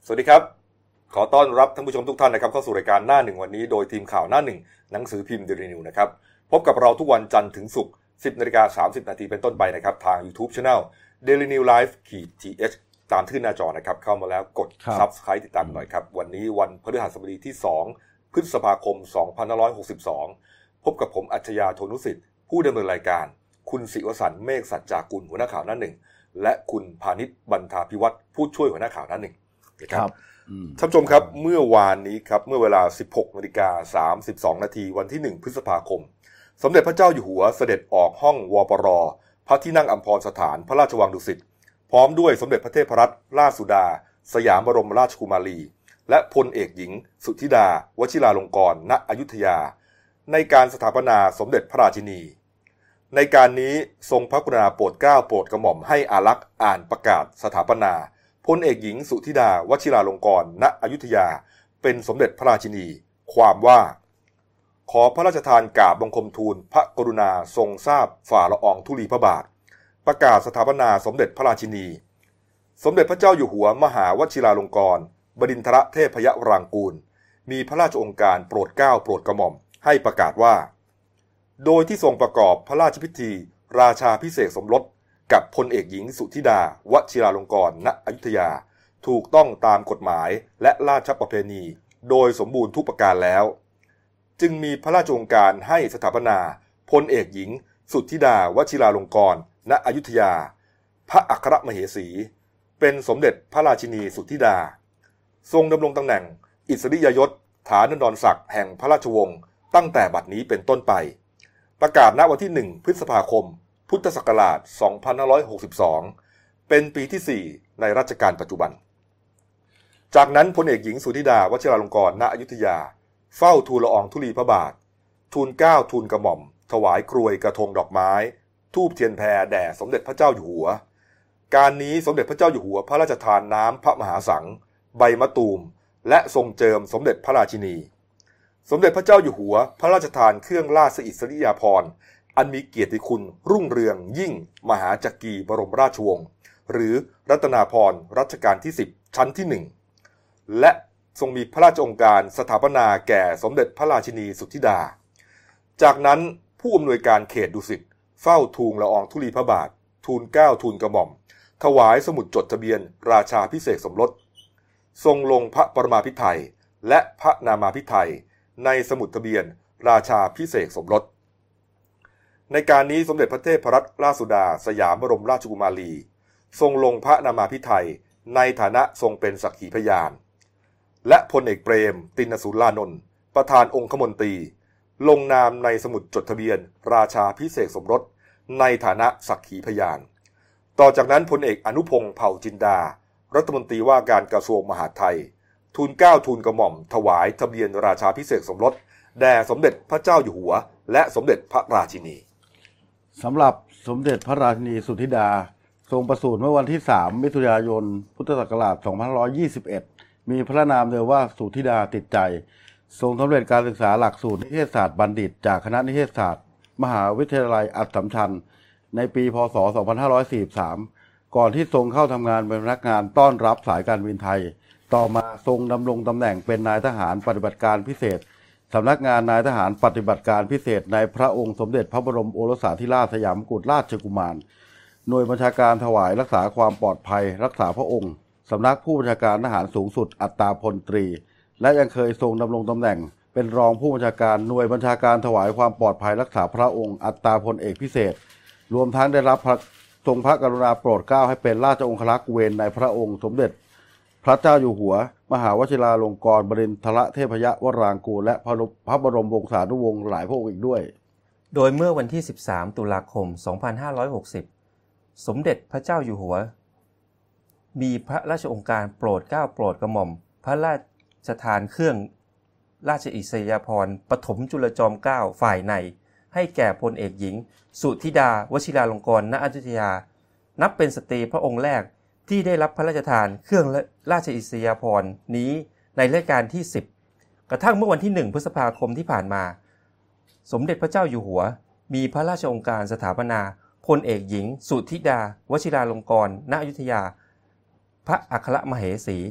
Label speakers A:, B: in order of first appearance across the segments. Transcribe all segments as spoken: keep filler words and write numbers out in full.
A: สวัสดีครับขอต้อนรับท่านผู้ชมทุกท่านนะครับเข้าสู่รายการหน้าหนึ่งวันนี้โดยทีมข่าวหน้าหนึ่งหนังสือพิมพ์ Daily News นะครับพบกับเราทุกวันจันทร์ถึงศุกร์ สิบนาฬิกาสามสิบนาทีเป็นต้นไปนะครับทาง YouTube Channel Daily News Live ที เอช ตามที่หน้าจอนะครับเข้ามาแล้วกด Subscribe ติดตามหน่อยครับวันนี้วันพฤหัสบดีที่สองพฤษภาคมสองพันห้าร้อยหกสิบสองพบกับผมอัจฉริยะ โทนุสิทธิ์ผู้ดำเนินรายการคุณศิวสันต์เมฆสัจจากุลหัวหน้าข่าวหน้าหนึ่งและคุณพานิชบรรทาภิวัฒน์ผู้ช่วยหัวหน้าข่าวหน้าหนึ่งครับท่านผู้ชมครับเมื่อวานนี้ครับเมื่อเวลา สิบหกนาฬิกาสามสิบสองนาทีวันที่หนึ่งพฤษภาคมสมเด็จพระเจ้าอยู่หัวเสด็จออกห้องวปรพระที่นั่งอัมพรสถานพระราชวังดุสิตพร้อมด้วยสมเด็จพระเทพรัตนราชสุดาสยามบรมราชกุมารีและพลเอกหญิงสุธิดาวชิราลงกรณ์ณอยุธยาในการสถาปนาสมเด็จพระราชินีในการนี้ทรงพระกรุณาโปรดเกล้าโปรดกระหม่อมให้อารักษ์อ่านประกาศสถาปนาพลเอกหญิงสุธิดาวชิราลงกรณ์ณอยุธยาเป็นสมเด็จพระราชินีความว่าขอพระราชทานกราบบังคมทูลพระกรุณาทรงทราบฝ่าละอองธุลีพระบาทประกาศสถาปนาสมเด็จพระราชินีสมเด็จพระเจ้าอยู่หัวมหาวชิราลงกรณ์บดินทรเทพยวรางกูลมีพระราชโองการโปรดเกล้าโปรดกระหม่อมให้ประกาศว่าโดยที่ทรงประกอบพระราชพิธีราชาภิเษกสมรสกับพลเอกหญิงสุธิดาวชิราลงกรณ์ณอยุธยาถูกต้องตามกฎหมายและราชประเพณีโดยสมบูรณ์ทุกประการแล้วจึงมีพระราชโองการให้สถาปนาพลเอกหญิงสุธิดาวชิราลงกรณ์ณอยุธยาพระอัครมเหสีเป็นสมเด็จพระราชินีสุธิดาทรงดำรงตำแหน่งอิสริยยศฐานนดรศักดิ์แห่งพระราชวงศ์ตั้งแต่บัดนี้เป็นต้นไปประกาศณวันที่หนึ่งพฤษภาคมพุทธศักราชสองพันห้าร้อยหกสิบสองเป็นปีที่สี่ในรัชกาลปัจจุบันจากนั้นพลเอกหญิงสุธิดาวชิราลงกรณ์ณอยุธยาเฝ้าทูลละอองธุลีพระบาททูลเกล้าทูลกระหม่อมถวายกรวยกระทงดอกไม้ธูปเทียนแพแด่สมเด็จพระเจ้าอยู่หัวการนี้สมเด็จพระเจ้าอยู่หัวพระราชทานน้ำพระมหาสังใบมะตูมและทรงเจิมสมเด็จพระราชินีสมเด็จพระเจ้าอยู่หัวพระราชทานเครื่องราชอิสริยาภรณ์อันมีเกียรติคุณรุ่งเรืองยิ่งมหาจักรีบรมราชวงศ์หรือรัตนาภรณ์รัชกาลที่สิบชั้นที่หนึ่งและทรงมีพระราชโองการสถาปนาแก่สมเด็จพระราชินีสุธิดาจากนั้นผู้อำนวยการเขตดุสิตเฝ้าทูลละอองธุลีพระบาททูลเกล้าทูลกระหม่อมถวายสมุดจดทะเบียนราชาภิเษกสมรสทรงลงพระปรมาภิไธยและพระนามาภิไธยในสมุดทะเบียนราชาภิเษกสมรสในการนี้สมเด็จพระเทพรัตนราชสุดาสยามบรมราชกุมารีทรงลงพระนามาภิไธยในฐานะทรงเป็นสักขีพยานและพลเอกเปรมติณสูลานนท์ประธานองคมนตรีลงนามในสมุดจดทะเบียนราชาภิเษกสมรสในฐานะสักขีพยานต่อจากนั้นพลเอกอนุพงษ์เผ่าจินดารัฐมนตรีว่าการกระทรวงมหาดไทยทูลเกล้าทูลกระหม่อมถวายทะเบียนราชาภิเษกสมรสแด่สมเด็จพระเจ้าอยู่หัวและสมเด็จพระราชินี
B: สำหรับสมเด็จพระราชินีสุธิดาทรงประสูติเมื่อวันที่สามมิถุนายนพุทธศักราชสองพันห้าร้อยยี่สิบเอ็ดมีพระนามเดิมว่าสุธิดาติดใจทรงสำเร็จการศึกษาหลักสูตรนิเทศศาสตร์บัณฑิตจากคณะนิเทศศาสตร์มหาวิทยาลัยอัสสัมชัญในปีพ.ศ. สองพันห้าร้อยสี่สิบสามก่อนที่ทรงเข้าทำงานเป็นพนักงานต้อนรับสายการบินไทยต่อมาทรงดำรงตำแหน่งเป็นนายทหารปฏิบัติการพิเศษสำนักงานนายทหารปฏิบัติการพิเศษในพระองค์สมเด็จพระบรมโอรสาธิราชสยามกุฎราชกุมารหน่วยบัญชาการถวายรักษาความปลอดภัยรักษาพระองค์สำนักผู้บัญชาการทหารสูงสุดอัตราพลตรีและยังเคยทรงดำรงตำแหน่งเป็นรองผู้บัญชาการหน่วยบัญชาการถวายความปลอดภัยรักษาพระองค์อัตราพลเอกพิเศษรวมทั้งได้รับทรงพระกรุณาโปรดเกล้าให้เป็นราชองครักษ์เวรในพระองค์สมเด็จพระเจ้าอยู่หัวมหาวชิราลงกรณ์บดินทรเทพยวรางกูลและพระบรมวงศานุวงศ์หลายพระองค์อีกด้วย
C: โดยเมื่อวันที่สิบสามตุลาคมสองพันห้าร้อยหกสิบสมเด็จพระเจ้าอยู่หัวมีพระราชโองการโปรดเกล้าโปรดกระหม่อมพระราชทานเครื่องราชอิสริยาภรณ์ปฐมจุลจอมเกล้าฝ่ายในให้แก่พลเอกหญิงสุธิดาวชิราลงกรณ์ณอยุธยานับเป็นสตรีพระองค์แรกที่ได้รับพระราชทานเครื่องราชอิสริยาภรณ์นี้ในรัชกาลที่สิบกระทั่งเมื่อวันที่หนึ่งพฤษภาคมที่ผ่านมาสมเด็จพระเจ้าอยู่หัวมีพระราชโองการสถาปนาพลเอกหญิงสุธิดาวชิราลงกรณ์ณอยุธยาพระอัครมเหสี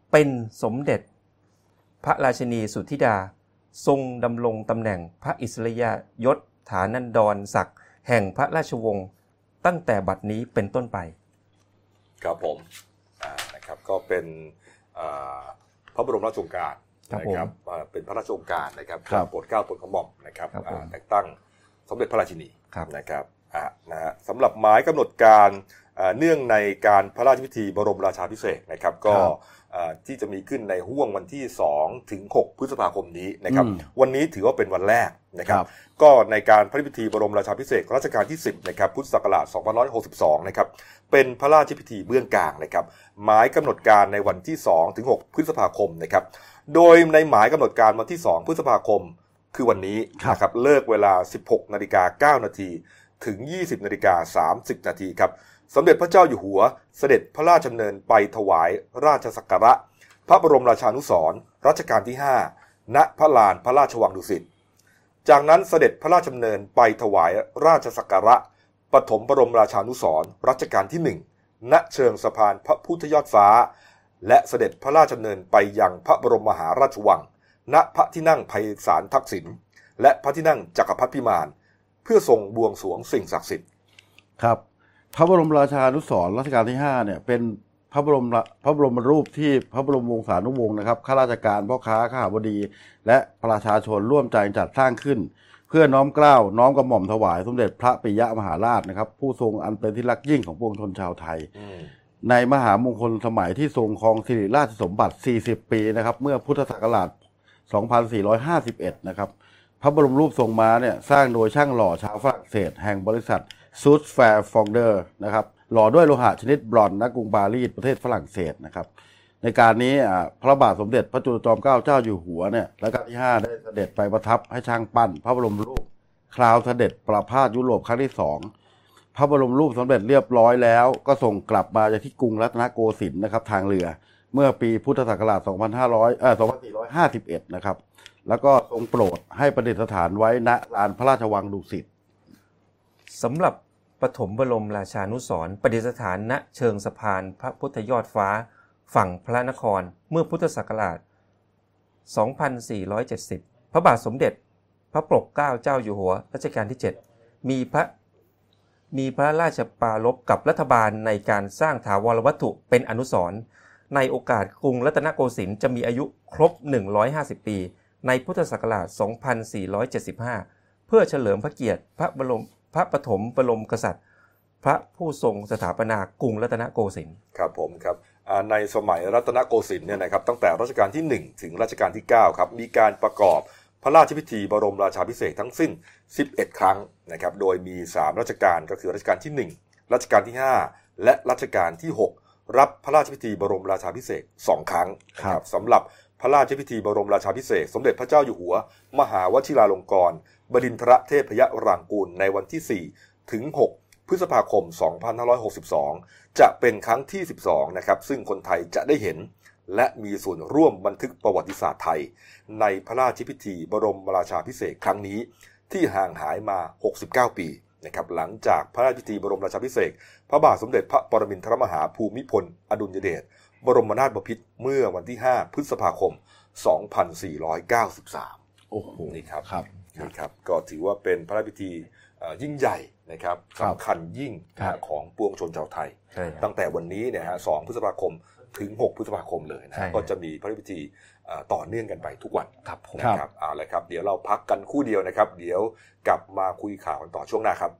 C: เป็นสมเด็จพระราชินีสุทธิดาทรงดำรงตำแหน่งพระอิสริยยศฐานันดรศักดิ์แห่งพระราชวงศ์ตั้งแต่บัดนี้เป็นต้นไป
A: ครับผมนะครับก็เป็นพระบรมราชโองการนะครับเป็นพระราชโองการนะครับโปรดเกล้าโปรดกระหม่อมนะครับแต่งตั้งสมเด็จพระราชินีนะครับนะฮะสำหรับหมายกำหนดการเนื่องในการพระราชพิธีบรมราชาภิเษกนะครับก็ที่จะมีขึ้นในห้วงวันที่สองถึงหกพฤษภาคมนี้นะครับวันนี้ถือว่าเป็นวันแรกนะครับก็ในการพระราชพิธีบรมราชาภิเษกรัชกาลที่สิบนะครับพุทธศักราชสองพันห้าร้อยหกสิบสองนะครับเป็นพระราชพิธีเบื้องกลางนะครับหมายกำหนดการในวันที่สองถึงหกพฤษภาคมนะครับโดยในหมายกำหนดการวันที่สองพฤษภาคมคือวันนี้นะครับเลิกเวลา สิบหกนาฬิกาเก้านาทีถึง ยี่สิบนาฬิกาสามสิบนาทีครับสมเด็จพระเจ้าอยู่หัวเสด็จพระราชดำเนินไปถวายราชสักการะพระบรมราชานุสรณ์รัชกาลที่ห้าณพระลานพระราชวังดุสิตจากนั้นเสด็จพระราชดำเนินไปถวายราชสักการะปฐมบรมราชานุสรณ์รัชกาลที่หนึ่งณเชิงสะพานพระพุทธยอดฟ้าและเสด็จพระราชดำเนินไปยังพระบรมมหาราชวังณพระที่นั่งไพศาลทักษิณและพระที่นั่งจักรพรรดิพิมานเพื่อทรงบวงสรวงสิ่งศักดิ์สิทธิ์
B: ครับพระบรมราชานุสรณ์รัชกาลที่ห้าเนี่ยเป็นพระบรมพระบรมรูปที่พระบรมวงศานุวงศ์นะครับข้าราชการพ่อค้าข้าบดีและประชาชนร่วมใจจัดสร้างขึ้นเพื่อน้อมเกล้าน้อมกระหม่อมถวายสมเด็จพระปิยมหาราชนะครับผู้ทรงอันเป็นที่รักยิ่งของปวงชนชาวไทยในมหามงคลสมัยที่ทรงครองสิริราชสมบัติสี่สิบปีนะครับเมื่อพุทธศักราชสองพันสี่ร้อยห้าสิบเอ็ดนะครับพระบรมรูปทรงม้าเนี่ยสร้างโดยช่างหล่อชาวฝรั่งเศสแห่งบริษัทซูดแฟร์ฟองเดอร์นะครับหล่อด้วยโลหะชนิดบรอนซ์ณกรุงปารีสประเทศฝรั่งเศสนะครับในการนี้พระบาทสมเด็จพระจุลจอมเกล้าเจ้าอยู่หัวเนี่ยรัชกาลที่ห้าได้เสด็จไปประทับให้ช่างปั้นพระบรมรูปคราวเสด็จประพาสยุโรปครั้งที่สองพระบรมรูปสำเร็จเรียบร้อยแล้วก็ส่งกลับมาจากที่กรุงรัตนโกสินทร์นะครับทางเรือเมื่อปีพุทธศักราชสองพันห้าร้อยเอ่อสองพันสี่ร้อยห้าสิบเอ็ดนะครับแล้วก็ทรงโปรดให้ประดิษฐานไว้ณลานพระราชวังดุสิต
C: สำหรับปฐมบรมราชานุสรณ์ประดิษฐานณเชิงสะพานพระพุทธยอดฟ้าฝั่งพระนครเมื่อพุทธศักราชสองพันสี่ร้อยเจ็ดสิบพระบาทสมเด็จพระปกเกล้าเจ้าอยู่หัวรัชกาลที่เจ็ดมีพระมีพระราชปรารภกับรัฐบาลในการสร้างถาวรวัตถุเป็นอนุสรณ์ในโอกาสกรุงรัตนโกสินทร์จะมีอายุครบหนึ่งร้อยห้าสิบปีในพุทธศักราชสองพันสี่ร้อยเจ็ดสิบห้าเพื่อเฉลิมพระเกียรติพระบรมพระปฐมบรมกษัตริย์พระผู้ทรงสถาปนากรุงรัตนโกสินทร์
A: ครับผมครับในสมัยรัตนโกสินทร์เนี่ยนะครับตั้งแต่รัชกาลที่หนึ่งถึงรัชกาลที่เก้าครับมีการประกอบพระราชพิธีบรมราชาภิเษกทั้งสิ้นสิบเอ็ดครั้งนะครับโดยมีสามรัชกาลก็คือรัชกาลที่หนึ่งรัชกาลที่ห้าและรัชกาลที่หกรับพระราชพิธีบรมราชาภิเษกสองครั้งครับสำหรับพระราชพิธีบรมราชาภิเษกสมเด็จพระเจ้าอยู่หัวมหาวชิราลงกรณ์บดินทรเทพยรางกูลในวันที่สี่ถึงหกพฤษภาคมสองพันห้าร้อยหกสิบสองจะเป็นครั้งที่สิบสองนะครับซึ่งคนไทยจะได้เห็นและมีส่วนร่วมบันทึกประวัติศาสตร์ไทยในพระราชพิธีบรมราชาภิเษกครั้งนี้ที่ห่างหายมาหกสิบเก้าปีนะครับหลังจากพระราชพิธีบรมราชาภิเษกพระบาทสมเด็จพระปรมินทรมหาภูมิพลอดุลยเดชบรมนาถบพิตรเมื่อวันที่ห้าพฤษภาคมสองพันสี่ร้อยเก้าสิบสามโอ้โหนี่ครับครับนี่ครับก็ถือว่าเป็นพระราชพิธียิ่งใหญ่นะครับสำคัญยิ่งของปวงชนชาวไทยตั้งแต่วันนี้เนี่ยฮะสองพฤษภาคมถึงหกพฤษภาคมเลยนะก็จะมีพระราชพิธีต่อเนื่องกันไปทุกวันนะครับเอาละครับเดี๋ยวเราพักกันคู่เดียวนะครับเดี๋ยวกลับมาคุยข่าวกันต่อช่วงหน้าครับ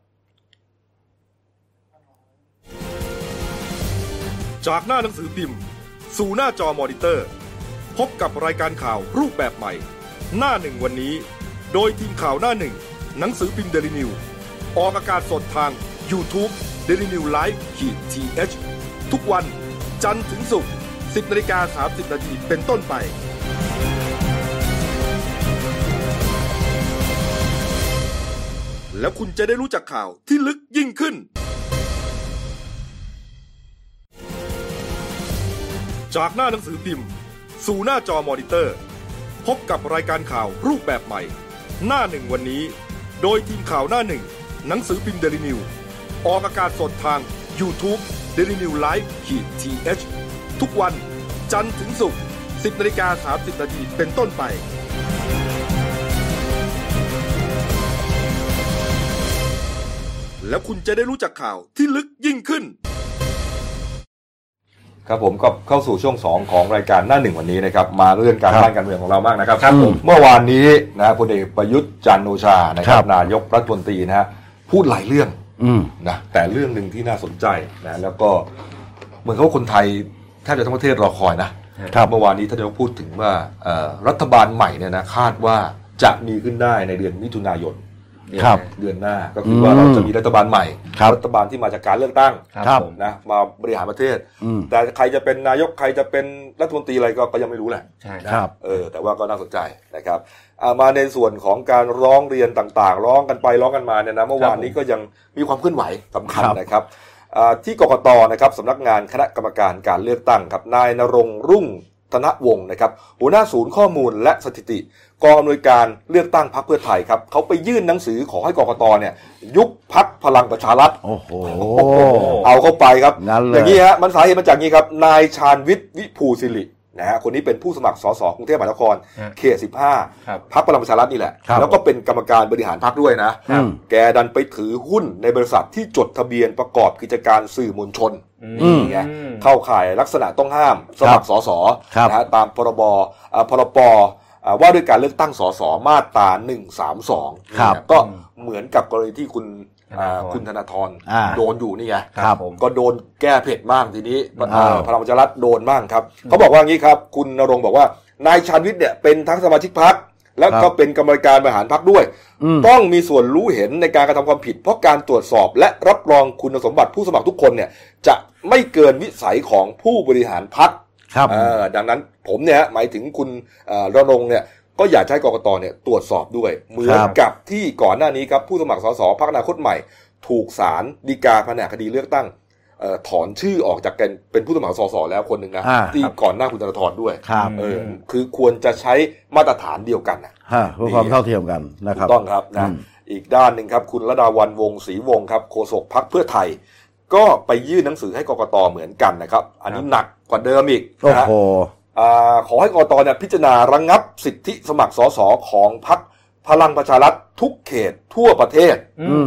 A: จากหน้าหนังสือพิมพ์สู่หน้าจอมอนิเตอร์พบกับรายการข่าวรูปแบบใหม่หน้าหนึ่งวันนี้โดยทีมข่าวหน้าหนึ่งหนังสือพิมพ์ Daily News ออกอากาศสดทาง YouTube Daily News Live ทีเอช ทุกวันจันทร์ถึงศุกร์ สิบนาฬิกาสามสิบนาทีเป็นต้นไปแล้วคุณจะได้รู้จักข่าวที่ลึกยิ่งขึ้นจากหน้าหนังสือพิมพ์สู่หน้าจอมอนิเตอร์พบกับรายการข่าวรูปแบบใหม่หน้าหนึ่งวันนี้โดยทีมข่าวหน้าหนึ่งหนังสือพิมพ์ Daily News ออกอากาศสดทาง YouTube Daily News Live ทีเอช ทุกวันจันทร์ถึงศุกร์สิบนาฬิกาสามสิบนาทีเป็นต้นไปแล้วคุณจะได้รู้จักข่าวที่ลึกยิ่งขึ้นครับผมก็เข้าสู่ช่วงสองของรายการหน้าหนึ่งวันนี้นะครับมาเรื่องการบ้านการเมืองของเรามากนะครับครับผมเมื่อวานนี้นะพลเอกประยุทธ์จันทร์โอชานะครับนายกรัฐมนตรีนะฮะพูดหลายเรื่องนะแต่เรื่องนึงที่น่าสนใจนะแล้วก็เหมือนเขาคนไทยแทบจะทั้งประเทศรอคอยนะเมื่อวานนี้ท่านนายกพูดถึงว่ารัฐบาลใหม่เนี่ยนะคาดว่าจะมีขึ้นได้ในเดือนมิถุนายนเดือนหน้าก็คือว่าเราจะมีรัฐบาลใหม่รัฐบาลที่มาจากการเลือกตั้งนะมาบริหารประเทศแต่ใครจะเป็นนายกใครจะเป็นรัฐมนตรีอะไรก็ยังไม่รู้แหละนะครับเออแต่ว่าก็น่าสนใจนะครับมาในส่วนของการร้องเรียนต่างๆร้องกันไปร้องกันมาเนี่ยนะเมื่อวานนี้ก็ยังมีความเคลื่อนไหวสำคัญนะครับที่กกต.นะครับสำนักงานคณะกรรมการการเลือกตั้งครับนายณรงค์รุ่งธนวงศ์นะครับหัวหน้าศูนย์ข้อมูลและสถิติกองอำนวยการเลือกตั้งพรรคเพื่อไทยครับเขาไปยื่นหนังสือขอให้กกต.เนี่ยยุบพรรคพลังประชารัฐโอ้โหเอาเข้าไปครับอย่างนี้ฮะมันสาเหตุมาจากนี้ครับนายชาญวิทย์วิภูสิรินะฮะคนนี้เป็นผู้สมัครสสกรุงเทพมหานครเขตสิบห้าพรรคพลังประชารัฐนี่แหละแล้วก็เป็นกรรมการบริหารพรรคด้วยนะแกดันไปถือหุ้นในบริษัทที่จดทะเบียนประกอบกิจการสื่อมวลชนนี่ไงเข้าข่ายลักษณะต้องห้ามสมัครสสนะฮะตามพรบพรบว่าด้วยการเลือกตั้งสสมาตราหนึ่งสามสองก็เหมือนกับกรณีที่คุณคุณธนาธรโดนอยู่นี่ไงก็โดนแก้เผ็ดมากทีนี้พลังประชารัฐโดนมากครับเขาบอกว่างี้ครับคุณณรงค์บอกว่านายชาญวิทย์เนี่ยเป็นทั้งสมาชิกพรรคแล้วก็เป็นกรรมการบริหารพรรคด้วยต้องมีส่วนรู้เห็นในการกระทำความผิดเพราะการตรวจสอบและรับรองคุณสมบัติผู้สมัครทุกคนเนี่ยจะไม่เกินวิสัยของผู้บริหารพรรคดังนั้นผมเนี่ยหมายถึงคุณณรงค์เนี่ยก็อยากให้กกตเนี่ยตรวจสอบด้วยเหมือนกับที่ก่อนหน้านี้ครับผู้สมัครสสพรรคอนาคตใหม่ถูกศาลฎีกาแผนกคดีเลือกตั้งถอนชื่อออกจากการเป็นผู้สมัครสสแล้วคนหนึ่งนะที่ก่อนหน้าคุณธนาธรด้วยเออคือควรจะใช้มาตรฐานเดียวกันนะ
B: เพื่อความเท่าเทียมกันนะครับ
A: ถูกต้องครับนะอีกด้านหนึ่งครับคุณระดาวันวงศ์ศรีวงศ์ครับโฆษกพรรคเพื่อไทยก็ไปยื่นหนังสือให้กกตเหมือนกันนะครับอันนี้หนักกว่าเดิมอีกนะฮะขอให้กกตเนี่ยพิจารณาระงับสิทธิสมัครสสของพรรคพลังประชารัฐทุกเขตทั่วประเทศ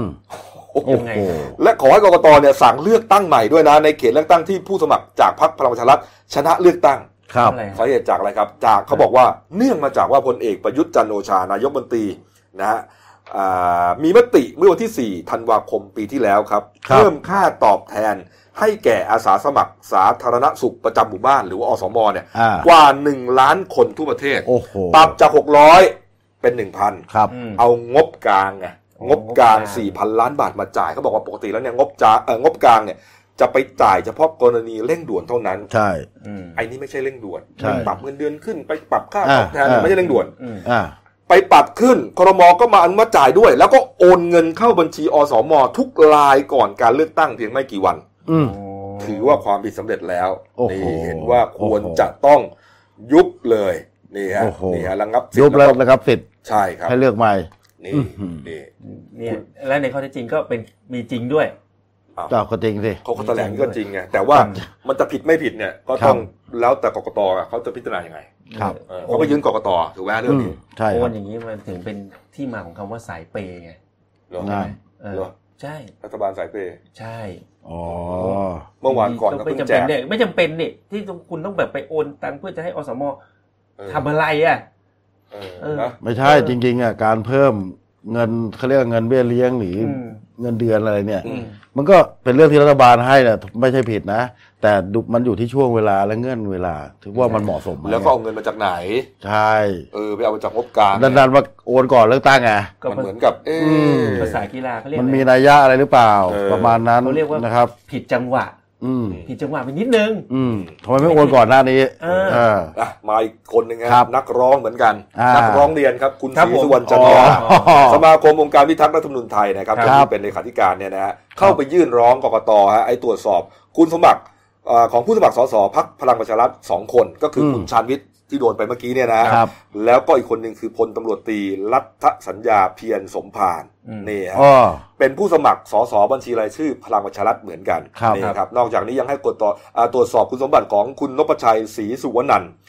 A: และขอให้กกตเนี่ยสั่งเลือกตั้งใหม่ด้วยนะในเขตเลือกตั้งที่ผู้สมัครจากพรรคพลังประชารัฐชนะเลือกตั้งสาเหตุจากอะไรครับจากเขาบอกว่าเนื่องมาจากว่าพลเอกประยุทธ์จันทร์โอชานายกรัฐมนตรีนะฮะมีมติเมื่อวันที่สี่ธันวาคมปีที่แล้วครับเพิ่มค่าตอบแทนให้แก่อาสาสมัครสาธารณสุขประจำหมู่บ้านหรือว่าอสมเนี่ยกว่าหนึ่งล้านคนทั่วประเทศปรับจากหกร้อยเป็น หนึ่งพัน ครับเอางบกลางไงงบกลาง สี่พัน ล้านบาทมาจ่ายเขาบอกว่าปกติแล้วเนี่ยงบจ่ายเอ่องบกลางเนี่ยจะไปจ่ายเฉพาะกรณีเร่งด่วนเท่านั้นใช่ไอ้นี่ไม่ใช่เร่งด่วนไปปรับเงินเดือนขึ้นไปปรับค่าตอบแทนไม่ใช่เร่งด่วนไปปรับขึ้นครม.ก็มาอนุมัติจ่ายด้วยแล้วก็โอนเงินเข้าบัญชีอสม.ทุกรายก่อนการเลือกตั้งเพียงไม่กี่วันถือว่าความผิดสำเร็จแล้วนี่เห็นว่าควรจะต้องยุบเลยนี่ฮะนี่ฮะระงับสิทธิ์
B: ยุบแล้วนะครับสิทธิ์
A: ใช่ครับ
B: ให้เลือกใหม่
C: นี่นี่นี่และในข้อเท็จจริงก็เป็นมีจริงด้วย
B: เจ้าก็จริงสิ
A: เขาแถลงก็จริงไงแต่ว่ามันจะผิดไม่ผิดเนี่ยก็ต้องแล้วแต่กกต.เขาจะพิจารณายังไงครับเขาก็ยื่นกกต.ถูกไหมเรื่องนี้
C: ใช่เพราะอย่างนี้มันถึงเป็นที่มาของคำว่าสายเปย์ไง
A: เหรอเหรอ
C: ใช่
A: รัฐบาลสายเปย์
C: ใช่
A: อ๋อเมื่อวานก่อนก็เพิ่งแจก
C: ไม่จำเป็นนี่ที่คุณต้องแบบไปโอนตังค์เพื่อจะให้อสม.ทำอะไรอ่ะ
B: ไม่ใช่จริงๆอ่ะการเพิ่มเงินเขาเรียกเงินเบี้ยเลี้ยงหรือเงินเดือนอะไรเนี่ยมันก็เป็นเรื่องที่รัฐบาลให้แหละไม่ใช่ผิดนะแต่มันอยู่ที่ช่วงเวลาและเงื่อนเวลาถือว่ามันเหมาะสม
A: แล้วก็เอาเงินมาจากไหน
B: ใช่
A: เออไปเอามาจากงบกลาง
B: ดันๆมาโอนก่อนเลือกตั้งไง
A: มันเหมือนกับเออ
C: ภาษากีฬาเขาเรียก
B: มันมีนัยยะอะไรหรือเปล่าประมาณนั้นนะครับ
C: ผิดจังหวะผิดจังหวะไปนิดนึง
B: ทำไมไม่โอนก่อนหน้านี้
A: มาอีกคนหนึ่งครับนักร้องเหมือนกันนักร้องเรียนครับคุณศรีสุวรรณจันทราสมาคมองค์การพิทักษ์รัฐธรรมนูญไทยนะครับที่เป็นเลขาธิการเนี่ยนะฮะเข้าไปยื่นร้องกกตฮะไอ้ตรวจสอบคุณสมบัติของผู้สมัครสสพรรคพลังประชารัฐสองคนก็คือคุณชาญวิทย์ที่โดนไปเมื่อกี้เนี่ยนะแล้วก็อีกคนหนึ่งคือพลตำรวจตรีรัฐสัญญาเพียรสมภารนี่ฮะเป็นผู้สมัครสสบัญชีรายชื่อพลังประชารัฐเหมือนกันนี่ครับนอกจากนี้ยังให้กดต่อตรวจสอบคุณสมบัติของคุณนพชัยศรีสุวรรณันท์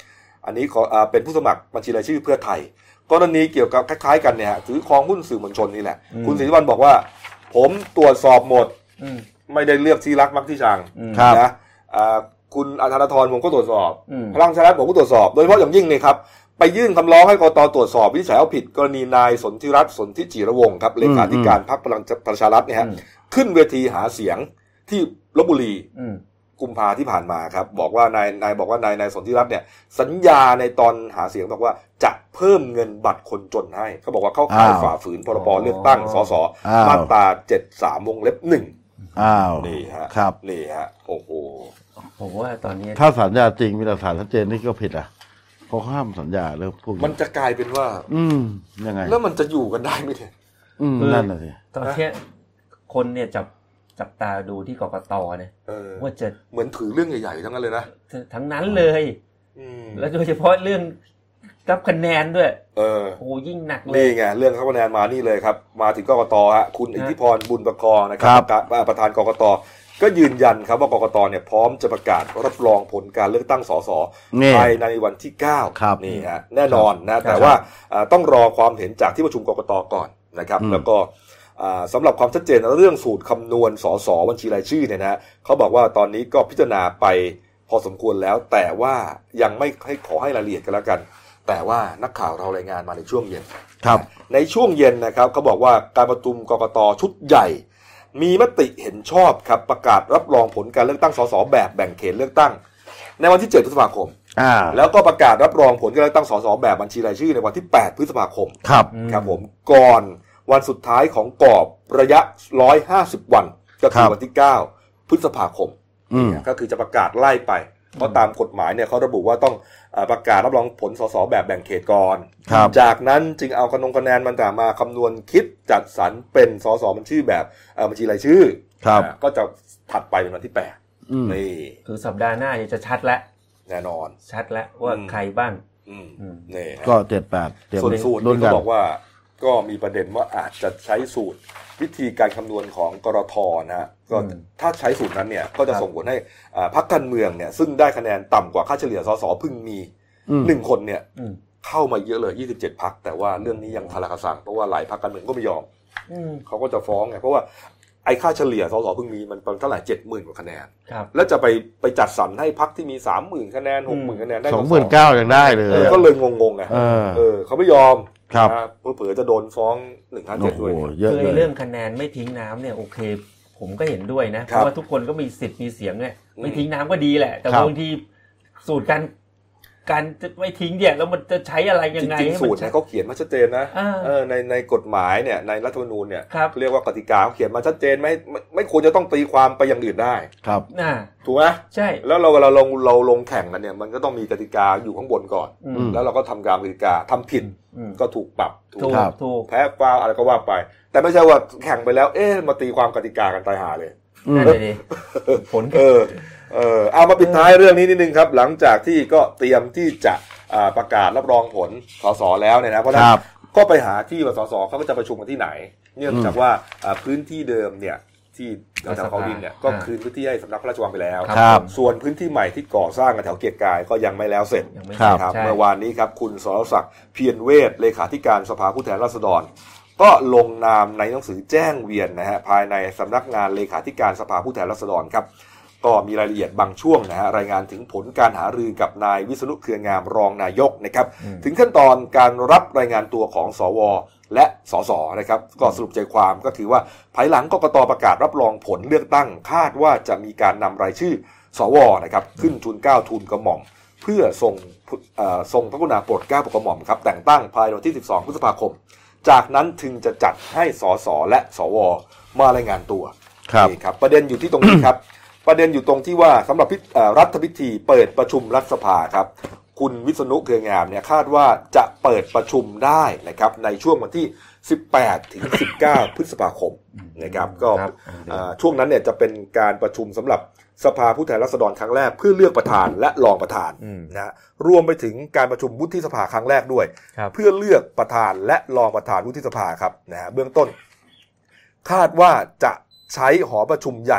A: อันนี้ขออ่าเป็นผู้สมัครบัญชีรายชื่อเพื่อไทยกรณีเกี่ยวกับคล้ายๆกันเนี่ยถือครองหุ้นสื่อมวลชนนี่แหละคุณศรีสุวรรณบอกว่าผมตรวจสอบหมดไม่ได้เลือกที่รักมักที่ชังนะคุณอาธารธรผมก็ตรวจสอบพลังประชารัฐผมก็ตรวจสอบโดยเฉพาะอย่างยิ่งเนี่ยครับไปยื่นคำร้องให้กต.ตรวจสอบวินิจฉัยเอาผิดกรณีนายสนธิรัตน์สนธิจิรวงศ์ครับเลขาธิการพรรคพลังประชารัฐเนี่ยฮะขึ้นเวทีหาเสียงที่ลพบุรีกุมภาที่ผ่านมาครับบอกว่านายนายบอกว่านายนายสนธิรัตน์เนี่ยสัญญาในตอนหาเสียงบอกว่าจะเพิ่มเงินบัตรคนจนให้เขาบอกว่าเข้าข่ายฝ่าฝืนพรบเลือกตั้งสสมาตราเจ็ดสิบสามวงเล็บหนึ่ง
B: อ้าว
A: นี่ฮะ
B: ครับ
A: นี่ฮะโอ้โห
C: ผมว่าตอนนี้
B: ถ้าสัญญาจริงมีหลักฐานชัดเจนนี่ก็ผิดอ่ะเขาห้ามสัญญาเรื่องพวก
A: มันจะกลายเป็นว่า
B: อืมยังไง
A: แล้วมันจะอยู่กันได้ไหมเนี่ย
B: อืมนั่นน่ะสิ
C: ตอนนี้คนเนี่ยจับจับตาดูที่กกตเนี่ยว่าจะ
A: เหมือนถือเรื่องใหญ่ๆทั้งนั้นเลยนะ
C: ทั้งนั้นเลยแล้วโดยเฉพาะเรื่องรับคะแนนด้วย
A: เออ
C: โอ้ยิ่งหนักเลย
A: นี่ไงเรื่องรับคะแนนมานี่เลยครับมาถึงกกตฮะคุณอิทธิพรบุญประคองนะครับประธานกกตก็ยืนยันครับว่ากกตเนี่ยพร้อมจะประกาศรับรองผลการเลือกตั้งสสภายในวันที่เก้านี่ฮะแน่นอนนะแต่ว่าต้องรอความเห็นจากที่ประชุมกกตก่อนนะครับแล้วก็สำหรับความชัดเจนเรื่องสูตรคำนวณสสบัญชีรายชื่อเนี่ยนะเขาบอกว่าตอนนี้ก็พิจารณาไปพอสมควรแล้วแต่ว่ายังไม่ให้ขอให้รายละเอียดกันแล้วกันแต่ว่านักข่าวเรารายงานมาในช่วงเย็น
B: ครับ
A: ในช่วงเย็นนะครับเขาบอกว่าการประชุมกกตชุดใหญ่มีมติเห็นชอบครับประกาศรับรองผลการเลือกตั้งสสแบบแบ่งเขตเลือกตั้งในวันที่เจ็ดพฤษภาคมแล้วก็ประกาศรับรองผลการเลือกตั้งสสแบบบัญชีรายชื่อในวันที่แปดพฤษภาคม
B: ครับ
A: ครับผมก่อนวันสุดท้ายของกรอบระยะหนึ่งร้อยห้าสิบวันก็คือวันที่เก้าพฤษภาคมก็คือจะประกาศไล่ไปเพราะตามกฎหมายเนี่ยเขาระบุว่าต้องประกาศรับรองผลสสแบบแบ่งเขตก่อนจากนั้นจึงเอาคะแนนมันต่างมาคำนวณคิดจัดสรรเป็นสสบัญชีแบบบัญชีรายชื่อก็จะถัดไปเป็นวันที่แปดนี่
C: คือสัปดาห์หน้าจะชัดแล้ว
A: แน่นอน
C: ชัดแล้วว่าใครบ้าง
A: นี่
B: ก็เจ็ดแปด
A: ส่วนสูตรนี่ก็บอกว่าก็มีประเด็นว่าอาจจะใช้สูตรวิธีการคำนวณของกรท.นะฮะก็ถ้าใช้สูตรนั้นเนี่ยก็จะส่งผลให้พรรคการเมืองเนี่ยซึ่งได้คะแนนต่ำกว่าค่าเฉลี่ยสสพึ่งมีหนึ่งคนเนี่ยเข้ามาเยอะเลยยี่สิบเจ็ดพรรคแต่ว่าเรื่องนี้ยังทะลักสั่งเพราะว่าหลายพรรคการเมืองก็ไม่ยอมเขาก็จะฟ้องไงเพราะว่าไอ้ค่าเฉลี่ยสสพึ่งมีมันเป็นเท่าไหร่เจ็ดหมื่นกว่าคะแนนแล้วจะไปไปจัดสรรให้พรรคที่มีสามหมื่นคะแนนหกหมื่นคะแนนได้
B: สองหมื่นเก้ายังได้เลย
A: ก็เลยงงๆไงเออเขาไม่ยอม
B: ครับ
A: เผื่อจะโดนฟ้องหนึ่งห้าเจ็ดด้วย
C: คือเรื่องคะแนนไม่ทิ้งน้ำเนี่ยโอเคผมก็เห็นด้วยนะเพราะว่าทุกคนก็มีสิทธิ์มีเสียงไงไม่ทิ้งน้ำก็ดีแหละแต่บางทีสูตรการการไม่ทิ้งเนี่ยแล้วมันจะใช้อะไรยังไง
A: จริงๆสูตรเนี่ยเขาเขียนมาชัดเจนนะเออในในกฎหมายเนี่ยในรัฐธรรมนูญเนี่ยเรียกว่ากติกาเขาเขียนมาชัดเจนไม่ไม่ควรจะต้องตีความไปอย่างอื่นได้
B: ครับ
A: ถูกไหม
C: ใช่
A: แล้วเราเวลาลงเราลงแข่งกันเนี่ยมันก็ต้องมีกติกาอยู่ข้างบนก่อนแล้วเราก็ทำการกติกาทำผิดก็ถูกปรับ
C: ถูก
A: แพ้ฟาวอะไรก็ว่าไปแต่ไม่ใช่ว่าแข่งไปแล้วเอ๊ะมาตีความกติกากันตายหาเลย
C: นั่นเลยดิผล
A: เออเออเอามาปิดท้ายเรื่องนี้นิดนึงครับหลังจากที่ก็เตรียมที่จะประกาศรับรองผลสสแล้วเนี่ยนะเพราะฉะนั้นก็ไปหาที่ว่าสสเขาก็จะประชุมกันที่ไหนเนื่องจากว่าพื้นที่เดิมเนี่ยที่แถวเขาดินเนี่ยก็คืนพื้นที่ให้สำนักพระราชวังไปแล้วส่วนพื้นที่ใหม่ที่ก่อสร้างกันแถวเกียรติกายก็ยังไม่แล้วเสร็จครับเมื่อวานนี้ครับคุณสรศักดิ์เพียรเวชเลขาธิการสภาผู้แทนราษฎรก็ลงนามในหนังสือแจ้งเวียนนะฮะภายในสำนักงานเลขาธิการสภาผู้แทนราษฎรครับก็มีรายละเอียดบางช่วงนะฮะรายงานถึงผลการหารือกับนายวิษณุเครืองามรองนายกนะครับถึงขั้นตอนการรับรายงานตัวของสวและสสนะครับก็สรุปใจความก็คือว่าภายหลังกกตประกาศรับรองผลเลือกตั้งคาดว่าจะมีการนำรายชื่อสวนะครับขึ้นทูลเกล้าทูลกระหม่อมเพื่อส่งทรงพระกรุณาโปรดเกล้าโปรดกระหม่อมครับแต่งตั้งภายในวันที่สิบสองพฤษภาคมจากนั้นถึงจะจัดให้สสและสวมารายงานตัวนี่ครับประเด็นอยู่ที่ตรงนี้ครับประเด็นอยู่ตรงที่ว่าสำหรับรัฐพิธีเปิดประชุมรัฐสภาครับคุณวิษณุเครืองามเนี่ยคาดว่าจะเปิดประชุมได้นะครับในช่วงวันที่สิบแปดถึงสิบเก้าพฤษภาคมนะครับก็ช่วงนั้นเนี่ยจะเป็นการประชุมสำหรับสภาผู้แทนราษฎรครั้งแรกเพื่อเลือกประธานและรองประธานนะรวมไปถึงการประชุมวุฒิสภาครั้งแรกด้วยเพื่อเลือกประธานและรองประธานวุฒิสภาครับนะฮะเบื้องต้นคาดว่าจะใช้หอประชุมใหญ่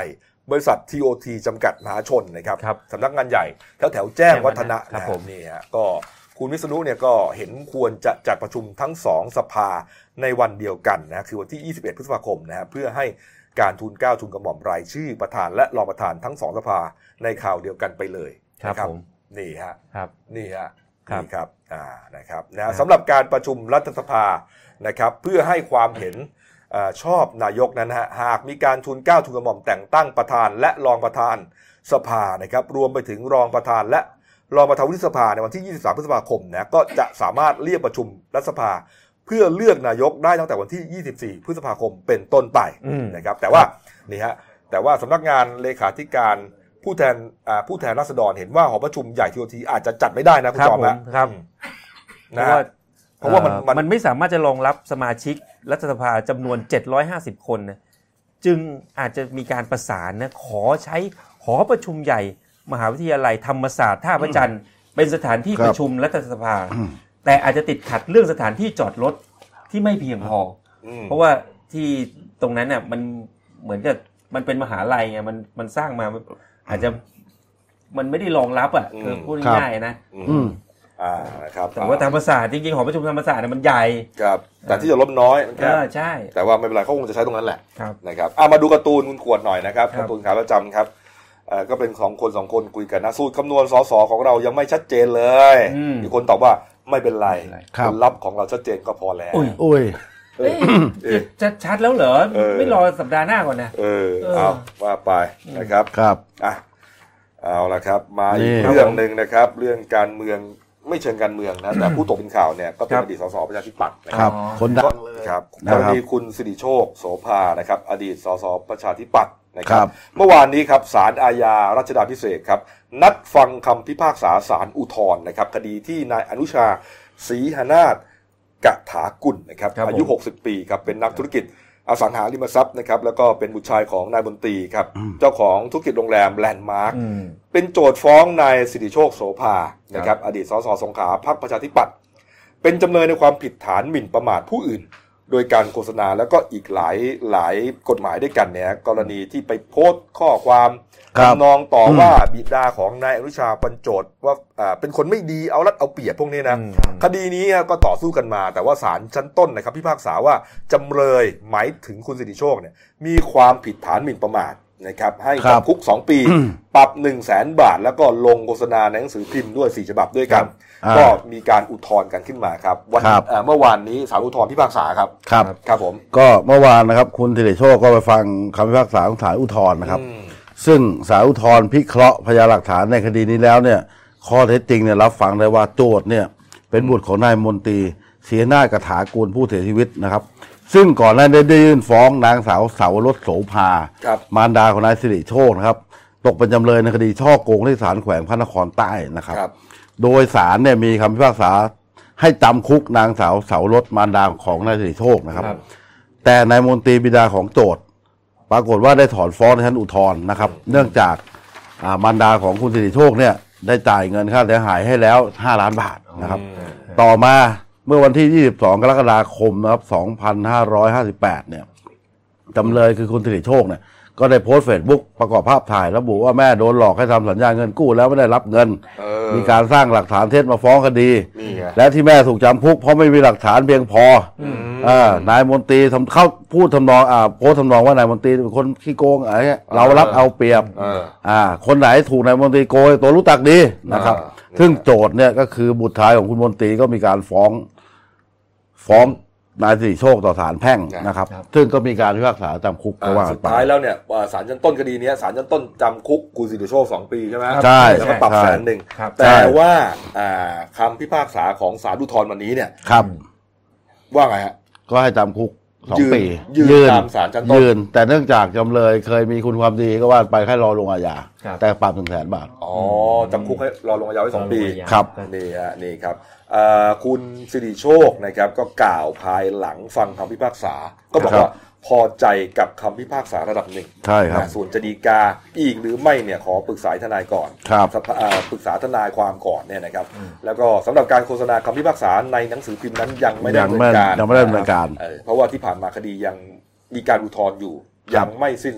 A: บริษัท ที โอ ที จำกัดมหาชนนะครับสำนักงานใหญ่แถวแถวแจ้งวัฒนะนะนี่ฮะก็คุณวิษณุเนี่ยก็เห็นควรจะจัดประชุมทั้งสองสภาในวันเดียวกันนะคือวันที่ยี่สิบเอ็ดพฤษภาคมนะฮะเพื่อให้การทูลเกล้าทูลกระหม่อมรายชื่อประธานและรองประธานทั้งสองสภาในคราวเดียวกันไปเลยนะครับนี่ฮะนี่ฮะนี่ครับอ่านะครับนะสำหรับการประชุมรัฐสภานะครับเพื่อให้ความเห็นชอบนายกนั้นฮะหากมีการทูลเกล้าทูลกระหม่อมแต่งตั้งประธานและรองประธานสภานะครับรวมไปถึงรองประธานและรองประธานวุฒิสภาในวันที่ยี่สิบสามพฤษภาคมนะก็จะสามารถเรียกประชุมรัฐสภาเพื่อเลือกนายกได้ตั้งแต่วันที่ยี่สิบสี่พฤษภาคมเป็นต้นไปนะครับแต่ว่านี่ฮะแต่ว่าสำนักงานเลขาธิการผู้แทนผู้แทนราษฎรเห็นว่าหอประชุมใหญ่ ที โอ ที อาจจะจัดไม่ได้นะคุณจอมนะครับ
C: นะเพราะว่ามันมันไม่สามารถจะรองรับสมาชิกรัฐสภาจำนวนเจ็ดร้อยห้าสิบคนนะจึงอาจจะมีการประสานนะขอใช้หอประชุมใหญ่มหาวิทยาลัยธรรมศาสตร์ท่าพระจันทร์เป็นสถานที่ประชุมรัฐสภาแต่อาจจะติดขัดเรื่องสถานที่จอดรถที่ไม่เพียงพอเพราะว่าที่ตรงนั้นเนี่ยมันเหมือนกับมันเป็นมหาลัยไงมันมันสร้างมาอาจจะมันไม่ได้รองรับอ่ะคือพูดง่ายๆนะ
A: อ่าครับ
C: แต่ว่าธรรมศาสตร์จริงๆหอประชุมธรรมศาสตร์มันใหญ่
A: ครับแต่ที่จะล้มน้อย
C: ครับใช่
A: แต่ว่าไม่เป็นไรเขาคงจะใช้ตรงนั้นแหละนะครับอ่ะมาดูการ์ตูนคุณขวดหน่อยนะครับการ์ตูนขาประจำครับอ่าก็เป็นสองคนสองคนคุยกันนะสูตรคำนวณสสของเรายังไม่ชัดเจนเลยมีคนตอบว่าไม่เป็นไรผลลัพธ์ของเราชัดเจนก็พอแล้ว
B: อุ้ย
C: จะชัดแล้วเหรอไม่รอสัปดาห์หน้าก่อนนะ
A: เออเอาว่าไปนะครับ
B: ครับ
A: อ่ะเอาละครับมาอีกเรื่องนึงนะครับเรื่องการเมืองไม่เชิงการเมืองนะแต่ผู้ตกเป็นข่าวเนี่ยก็เป็นอดีตสสประชาธิปัตย์นะครับ
B: คนดังเลย
A: ครับกรณีคุณสิริโชคโสภานะครับอดีตสสประชาธิปัตย์นะครับเมื่อวานนี้ครับศาลอาญารัชดาภิเษกครับนัดฟังคำพิพากษาศาลอุทธรณ์นะครับคดีที่นายอนุชาศรีหนาถกถากุลนะครับอายุหกสิบปีครับเป็นนักธุรกิจอสังหาริมทรัพย์นะครับแล้วก็เป็นบุตรชายของนายมนตรีครับเจ้าของธุรกิจโรงแรมแลนด์มาร์คเป็นโจทก์ฟ้องนายสิริโชคโสภานะครับอดีตสสสงขลาพรรคประชาธิปัตย์เป็นจำเลยในความผิดฐานหมิ่นประมาทผู้อื่นโดยการโฆษณาแล้วก็อีกหลายหลายกฎหมายด้วยกันเนี่ยกรณีที่ไปโพสต์ข้อความทำนองต่อว่าบิดาของนายอนุชาเป็นโจทก์ว่าเป็นคนไม่ดีเอารัดเอาเปรียบพวกนี้นะคดีนี้ก็ต่อสู้กันมาแต่ว่าศาลชั้นต้นนะครับพิพากษาว่าจำเลยหมายถึงคุณสิริโชคเนี่ยมีความผิดฐานหมิ่นประมาทนะครับให้จำคุกสองปีปรับ หนึ่งแสน บาทแล้วก็ลงโฆษณาในหนังสือพิมพ์ด้วยสี่ฉบับด้วยกันก็มีการอุทธรณ์กันขึ้นมาครับวันเมื่อวานนี้ศาลอุทธรณ์พิพากษาครับ
B: ครับ
A: ครับผม
B: ก็เมื่อวานนะครับคุณสิริโชคก็ไปฟังคำพิพากษาของศาลอุทธรณ์นะครับซึ่งศาลอุทธรณ์พิเคราะห์พยานหลักฐานในคดีนี้แล้วเนี่ยข้อเท็จจริงเนี่ยรับฟังได้ว่าโจทก์เนี่ยเป็นบุตรของนายมนตรีศรีหนาถกถากุลผู้เสียชีวิตนะครับซึ่งก่อนหน้านี้ได้ยื่นฟ้องนางสาวเสาวรสโสภามารดาของนายสิริโชคนะครับตกเป็นจำเลยในคดีฉ้อโกงที่ศาลแขวงพระนครใต้นะครับโดยศาลเนี่ยมีคำพิพากษาให้จำคุกนางสาวเสาวรสมารดาของนายสิริโชคนะครับแต่นายมนตรีบิดาของโจทก์ปรากฏว่าได้ถอนฟ้องในชั้นอุทธรณ์นะครับเนื่องจากมารดาของคุณสิริโชคเนี่ยได้จ่ายเงินค่าเสียหายให้แล้วห้าล้านบาทนะครับต่อมาเมื่อวันที่ยี่สิบสองกรกฎาคมนะครับสองพันห้าร้อยห้าสิบแปดเนี่ยจำเลยคือคุณสิริโชคเนี่ยก็ได้โพสต์เฟซบุ๊กประกอบภาพถ่ายระบุว่าแม่โดนหลอกให้ทำสัญญาเงินกู้แล้วไม่ได้รับเงินมีการสร้างหลักฐานเท็จมาฟ้องคดีและที่แม่ถูกจำคุกเพราะไม่มีหลักฐานเพียงพออ่านายมนตรีทำเข้าพูดทำนองอ่าโพสต์ทำนองว่านายมนตรีเป็นคนขี้โกงอะไรเงี้ยเรารับเอาเปรียบอ่าคนไหนถูกนายมนตรีโกงตัวรู้จักดีนะครับซึ่งโจทก์เนี่ยก็คือบุตรชายของคุณมนตรีก็มีการฟ้องฟ้องนายสิริโชคต่อศาลแพ่งนะครับซึ่งก็มีการพิพากษาจำคุกว่า
A: สุดท้ายแล้วเนี่ยศาลชั้นต้นคดีนี้ศาลชั้นต้นจำคุกคุณสิริโชคสองปีใช่ไหม
B: ใช่
A: แล้วก็ปรับแสนหนึ่งแต่ว่าคำพิพากษาของศาลอุทธรณ์วันนี้เนี่ยว่าไงฮะ
B: ก็ให้จำคุกสองปี
A: ยืนตามศาลชั้นต้น
B: ยืนแต่เนื่องจากจำเลยเคยมีคุณความดีก็ว่าไปแค่รอลงอาญาแต่ปรับหนึ่งแสนบาท
A: อ๋อจำคุกให้รอลงอาญาไว้สองปี
B: ครับ
A: นี่ฮะนี่ครับคุณสิริโชคนะครับก็กล่าวภายหลังฟังคำพิพากษาก็บอกว่าพอใจกับคำพิพากษาระดับหนึ่ง
B: ใช่ครับ
A: ส่วนจะฎีกาอีกหรือไม่เนี่ยขอปรึกษาทนายก่อนปรึกษาทนายความก่อนเนี่ยนะครับแล้วก็สำหรับการโฆษณาคำพิพากษาในหนังสือพิมพ์นั้นยังไม่ได้ดำเนินการ
B: ยังไม่ได้ดำเนินการ
A: เพราะว่าที่ผ่านมาคดียังมีการอุทธรณ์อยู่ยังไม่สิ้นสุด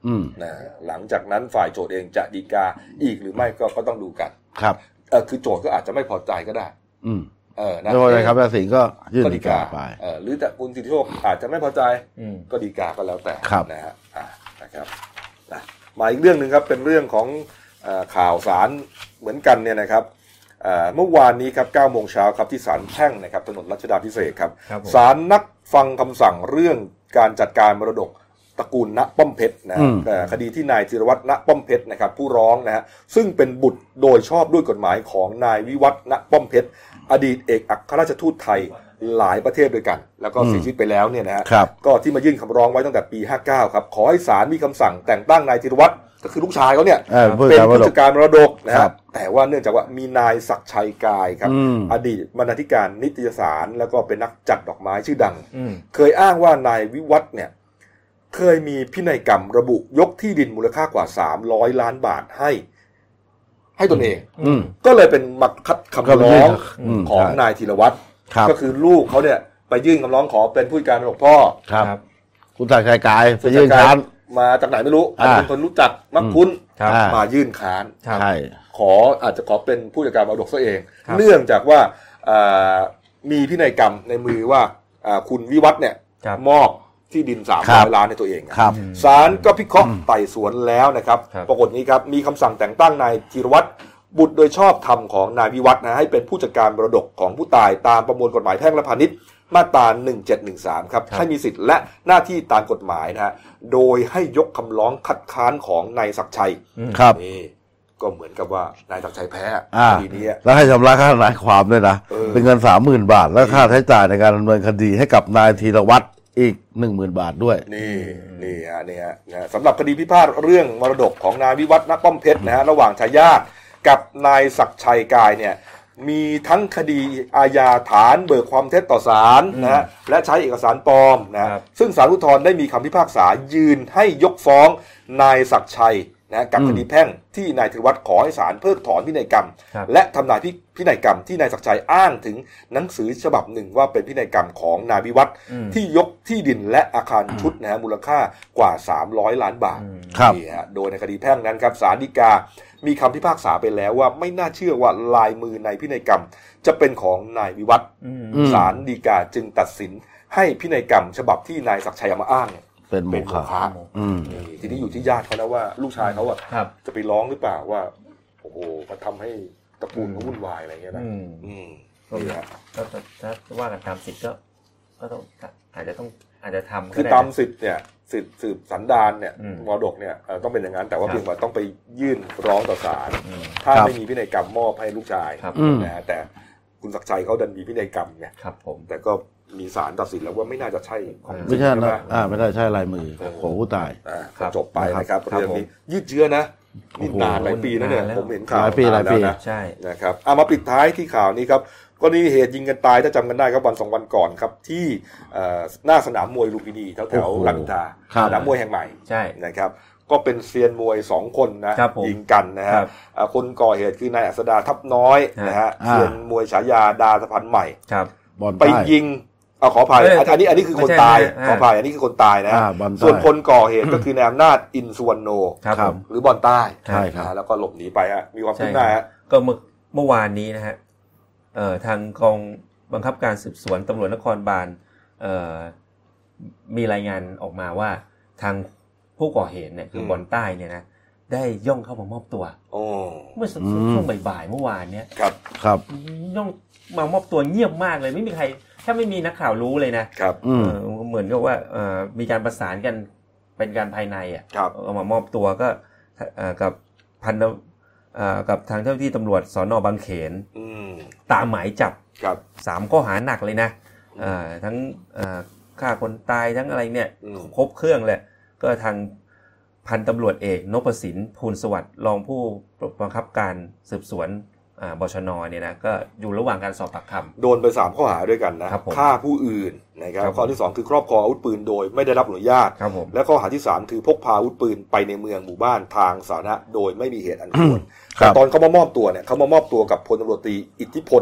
A: นะหลังจากนั้นฝ่ายโจทก์เองจะฎีกาอีกหรือไม่ก็ก็ต้องดูกัน
B: ครับ
A: เออคือโจทก์ก็อาจจะไม่พอใจก็ได้
B: อืม
A: เออนะ
B: ไม่พอใจครับตัดสินก็ยื่นฎีกาไป
A: เออหรือแต่คุณสิทธิโชคอาจจะไม่พอใจก็ฎีกาก็แล้วแต่นะฮะอ่านะครับนะมาอีกเรื่องนึงครับเป็นเรื่องของเอ่อข่าวสารเหมือนกันเนี่ยนะครับเมื่อวานนี้ครับเก้าโมงเช้าครับที่ศาลแพ่งนะครับถนนรัชดาภิเษกครับศาลนัดฟังคำสั่งเรื่องการจัดการมรดกตระกูลณป้อมเพชรนะคดีที่นายจิรวัฒน์ณป้อมเพชรนะครับผู้ร้องนะฮะซึ่งเป็นบุตรโดยชอบด้วยกฎหมายของนายวิวัฒน์ณป้อมเพชรอดีตเอกอัครราชทูตไทยหลายประเทศด้วยกันแล้วก็เสียชีวิตไปแล้วเนี่ยนะฮะก็ที่มายื่นคำร้องไว้ตั้งแต่ปีห้าเก้าครับขอให้ศาลมีคำสั่งแต่งตั้งนายจิรวัฒน์ก็คือลูกชายเขาเนี่ยเป็นผู้จัดการมรดกนะครับแต่ว่าเนื่องจากว่ามีนายศักดิ์ชัยกายครับอดีตบรรณาธิการนิตยสารแล้วก็เป็นนักจัดดอกไม้ชื่อดังเคยอ้างว่านายวิวัฒน์เนี่ยเคยมีพินัยกรรมระบุยกที่ดินมูลค่ากว่าสามร้อยล้านบาทให้ให้ตนเองก็เลยเป็นมาคัดคำร้องของนายธีรวัฒน์ก็คือลูกเขาเนี่ยไปยื่นคำร้องขอเป็นผู้จัดการมรดกพ่อ
B: ครับคุณศักดิ์ชัยกายไปยื่นค้าน
A: มาจากไหนไม่รู้อาจจะเป็นคนรู้จักมักคุ้นมายื่นค้าน
B: ใช่
A: ขออาจจะขอเป็นผู้จัดการมรดกซะเองเนื่องจากว่ามีพินัยกรรมในมือว่าคุณวิวัฒน์เนี่ยมอบที่ดินสามร้อยล้านในตัวเองศาลก็พิเคราะห์ไต่สวนแล้วนะครับปรากฏนี้ครับมีคำสั่งแต่งตั้งนายจิรวัฒน์บุตรโดยชอบธรรมของนายวิวัฒน์นะให้เป็นผู้จัดการมรดกของผู้ตายตามประมวลกฎหมายแพ่งและพาณิชย์มาตราหนึ่งเจ็ดหนึ่งสามครับให้มีสิทธิ์และหน้าที่ตามกฎหมายนะฮะโดยให้ยกคำร้องคัดค้านของนายศักดิ์ชัยนี่ก็เหมือนกับว่านายศักดิ์ชัยแพ้คดีนี้
B: แล้วให้ชำระค่าทนายความด้วยนะเป็นเงิน สามหมื่น บาทแล้วค่าใช้จ่ายในการดำเนินคดีให้กับนายธีรวัฒน์อีก หนึ่งหมื่น บาทด้วย
A: นี่นี่ฮะนี่ฮะนะสำหรับคดีพิพาทเรื่องมรดกของนายวิวัฒน์ณป้อมเพชรนะฮะระหว่างทายาทกับนายศักดิ์ชัยกายเนี่ยมีทั้งคดีอาญาฐานเบิกความเท็จต่อศาลนะฮะและใช้เอกสารปลอมนะซึ่งศาลอุทธรณ์ได้มีคำพิพากษายืนให้ยกฟ้องนายศักดิ์ชัยนะกับคดีแพ่งที่นายธีรวัฒน์ขอให้ศาลเพิกถอนพินัยกรรมและทำลายพินัยกรรมที่นายศักดิ์ชัยอ้างถึงหนังสือฉบับหนึ่งว่าเป็นพินัยกรรมของนายวิวัฒน์ที่ยกที่ดินและอาคารชุดนะฮะมูลค่ากว่าสามร้อยล้านบาทนี่ฮะโดยในคดีแพ่งนั้นครับศาลฎีกามีคำพิพากษาไปแล้วว่าไม่น่าเชื่อว่าลายมือในพินัยกรรมจะเป็นของนายวิวัฒน์ศาลฎีกาจึงตัดสินให้พินัยกรรมฉบับที่นายศักดิ์ชัยเอามาอ้าง
B: เป็นโมฆะ
A: ทีนี้อยู่ที่ญาติเขานะว่าลูกชายเขาอะจะไปร้องหรือเปล่าว่าโอ้โหมาทำให้ตระกูลเขาวุ่นวายอะไรเงี้ยนะ
C: ก็ถ้าว่ากันตามสิทธิ์ก็ก็ต้องอาจจะต้องอาจจะทำ
A: คือตามสิทธิ์เนี่ยสิทธิ์สืบสันดานเนี่ยมรดกเนี่ยต้องเป็นอย่างนั้นแต่ว่าเพียงว่าต้องไปยื่นร้องต่อศาลถ้าไม่มีพินัยกรรมมอบให้ลูกชายนะแต่คุณศักดิ์ชัยเขาดันมีพินัยกรรมไงแต่ก็มีศาลตัดสินแล้วว่าไม่น่าจะใช่
B: ไม่ใช่นะอ่าไม่ได้ใช่ลายมือของผู้ตาย
A: จบไปนะครับเรื่องนี้ยืดเยื้อนะนี่นานหลายปีนะเนี่ยผมเห็นข่าว
B: หลายปีหลายปี
C: ใช่
A: นะครับเอามาปิดท้ายที่ข่าวนี้ครับก็นี่เหตุยิงกันตายถ้าจำกันได้ครับวันสองวันก่อนครับที่หน้าสนามมวยลุมพินีแถวแถวรามอินทราสนามมวยแห่งใหม่นะครับก็เป็นเซียนมวยสองคนนะยิงกันนะฮะคนก่อเหตุคือนายอัศดาทับน้อยนะฮะเซียนมวยฉายาดาสะพานใหม่ไปยิงเอาขออภัยอันนี้อันนี้คือคนตายขออภัยอันนี้คือคนตายนะส่วนคนก่อเหตุก็คือนายอำนาจอินสุวรรณโนหรือบอลใต้
B: ใช่ครับ
A: แล้วก็หลบหนีไปฮะมีความคืบหน้าฮะ
C: ก็เมื่อเมื่อวานนี้นะฮะเอ่อทางกองบังคับการสืบสวนตำรวจนครบาลเอ่อมีรายงานออกมาว่าทางผู้ก่อเหตุเนี่ยคือบอลใต้เนี่ยนะได้ย่องเข้ามามอบตัวเมื่อช่วงบ่ายๆเมื่อวานเนี้ย
B: ครับครับ
C: ย่องมามอบตัวเงียบมากเลยไม่มีใครถ้าไม่มีนักข่าวรู้เลยนะครับเหมือนกับว่ามีการประสานกันเป็นการภายในอ่ะเอามามอบตัวก็กับพันกับทางเจ้าหน้าที่ตำรวจสน.บางเขนตามหมายจับสามข้อหาหนักเลยนะทั้งฆ่าคนตายทั้งอะไรเนี่ยครบเครื่องเลยก็ทางพันตำรวจเอกนพสินภูลสวัสดิ์รองผู้บังคับการสืบสวนบชน.เนี่ยนะก็อยู่ระหว่างการสอบปากคำ
A: โดนไปสามข้อหาด้วยกันนะฆ่าผู้อื่นนะครับข้อที่สองคือครอบครองอาวุธปืนโดยไม่ได้รับอนุญาตและข้อหาที่สามคือพกพาอาวุธปืนไปในเมืองหมู่บ้านทางสาธารณะโดยไม่มีเหตุอันควรแต่ตอนเขามามอบตัวเนี่ยเขามามอบตัวกับพลตำรวจตรีอิทธิพล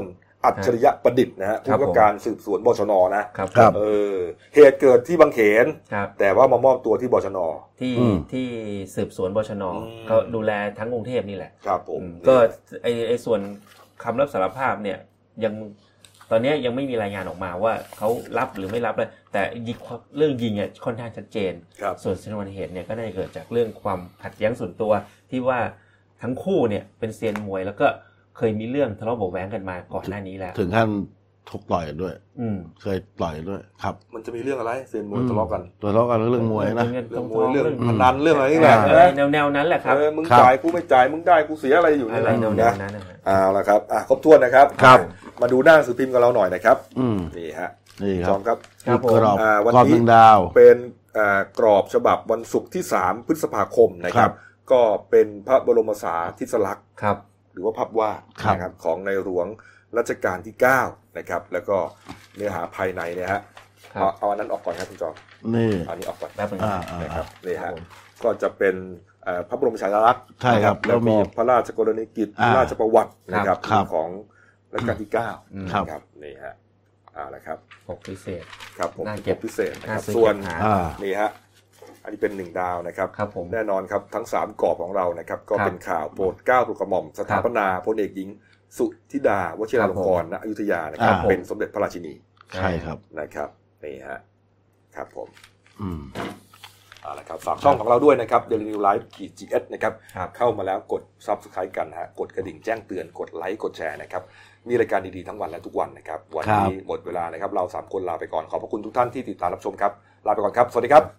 A: อัจฉริยะประดิษฐ์นะฮะผู้กำกับการสืบสวนบชนนะครับ
B: ครับ
A: เออเหตุเกิดที่บางเขน
C: ครับ
A: แต่ว่ามามอบตัวที่บชน
C: ที่
B: อืม
C: ที่สืบสวนบชน
A: อืม
C: เขาดูแลทั้งกรุงเทพนี่แหละ
A: ครับผม
C: อืมก็ไอไอส่วนคำรับสารภาพเนี่ยยังตอนนี้ยังไม่มีรายงานออกมาว่าเขารับหรือไม่รับเลยแต่ยิงเรื่องยิงเนี่ยค่อนข้างชัดเจน
A: ครับ
C: ส่วนชนวนเหตุเนี่ยก็น่าจะเกิดจากเรื่องความขัดแย้งส่วนตัวที่ว่าทั้งคู่เนี่ยเป็นเซียนมวยแล้วก็เคยมีเรื่องทะเลาะเบาะแว้งกันมาก่อนหน้านี้แล้ว
B: ถึงขั้นถกต่อยด้วย
C: อืม
B: เคยต่อยด้วยครับ
A: มันจะมีเรื่องอะไรเซียนมวยทะเลาะกัน
B: ทะเลาะกันเรื่องมวยนะ
C: เงิน
A: เรื่
C: ท
A: อ
C: อง ง
A: มวยเรื่อง
C: เรื่อง
A: พนันเรื่องอะไรนี่แหละ
B: อ่า
C: อะไรแนวแนวนั้นแหละครับ
A: เออมึง
B: ครับ
A: จ่ายกูไม่จ่ายมึงได้กูเสียอะไรอยู่
C: อะ
A: นี่
C: ไร
A: แหละ
C: แนวแน
A: นะ
C: วนั้นนะฮะ
A: เอาละครับอ่ะครบถ้วนนะครับ
B: ครับ
A: มาดูหน้าหนังสือพิมพ์กับเราหน่อยนะครับ
B: อืม
A: นี่ฮะ
B: นี่ค
A: จ
B: รั
A: อบ มครับ
C: ครับผม
B: กรอบ
A: อ่าวัน
B: กรอบ
A: นี้
B: หนึ่งดาว
A: เป็นอ่ากรอบฉบับวันศุกร์ที่สามพฤษภาคมนะค
B: ครั
A: รับ
B: บ
A: ก็เป็นพระบรมสารีริสลักษณ์
C: ครับ
A: หรือว่าภาพวาด
B: ครับ
A: นะครับของในหลวงรัชกาลที่เก้านะครับแล้วก็เนื้อหาภายในเนี่ยฮะ
C: ครับ
A: เอาเอาอันนั้นออกก่อนครับคุณจอม
B: นี่
A: เอาอันนี้ออกก่อน
C: แป๊บนึง
B: อ่า
C: นะ
B: อ่า
A: นะครับนี่
C: ครั
A: ฮะ
C: บผม
A: ก็จะเป็นเอ่อพระบรมฉายาลักษณ์
B: ใช่ครับ
A: นะแล้ว
B: แล้วมี
A: ก็พระราชกรณียกิจพ
B: อ่า
A: ระราชประวัตินะครับ
B: ครับ
A: ของรัชกาลที่เก้า
C: อืม
B: ครับ
A: นะครับนี่ฮะเอาละครับ
C: ปกพิเศษ
A: ครับผม
C: น่าเก็บ
A: พิเศษนะครับ
C: น่าซื้อ
A: ส่วน
C: เก็บหา
B: อ่า
A: นี่ฮะอันนี้เป็นหนึ่งดาวนะครับ
C: ครับผม
A: แน่นอนครับทั้งสามกรอบของเรานะครับก็
C: ครับ
A: เป็นข่าวโปรดเกล้าโปรดกระหม่อมสถาปนาพลเอกหญิงสุธิดาวชิราลงกรณ์ณอยุธยานะครับ
B: อ่า
A: เป็นสมเด็จพระราชินี
B: ใช่ครับ
A: นะครับนี่ฮะครับผม
B: อืม
A: เอาละครับฝากช่องของเราด้วยนะครับ Daily New Life ขีด จี เอส นะครับ
C: ครับ
A: เข้ามาแล้วกด Subscribe กันฮะกดกระดิ่งแจ้งเตือนกดไลค์กดแชร์นะครับมีรายการดีๆทั้งวันและทุกวันนะครับวันนี้หมดเวลานะครับเราสามคนลาไปก่อนขอบพระคุณทุกท่านที่ติดตามรับชมครับลาไปก่อนครับสวัสดีครับ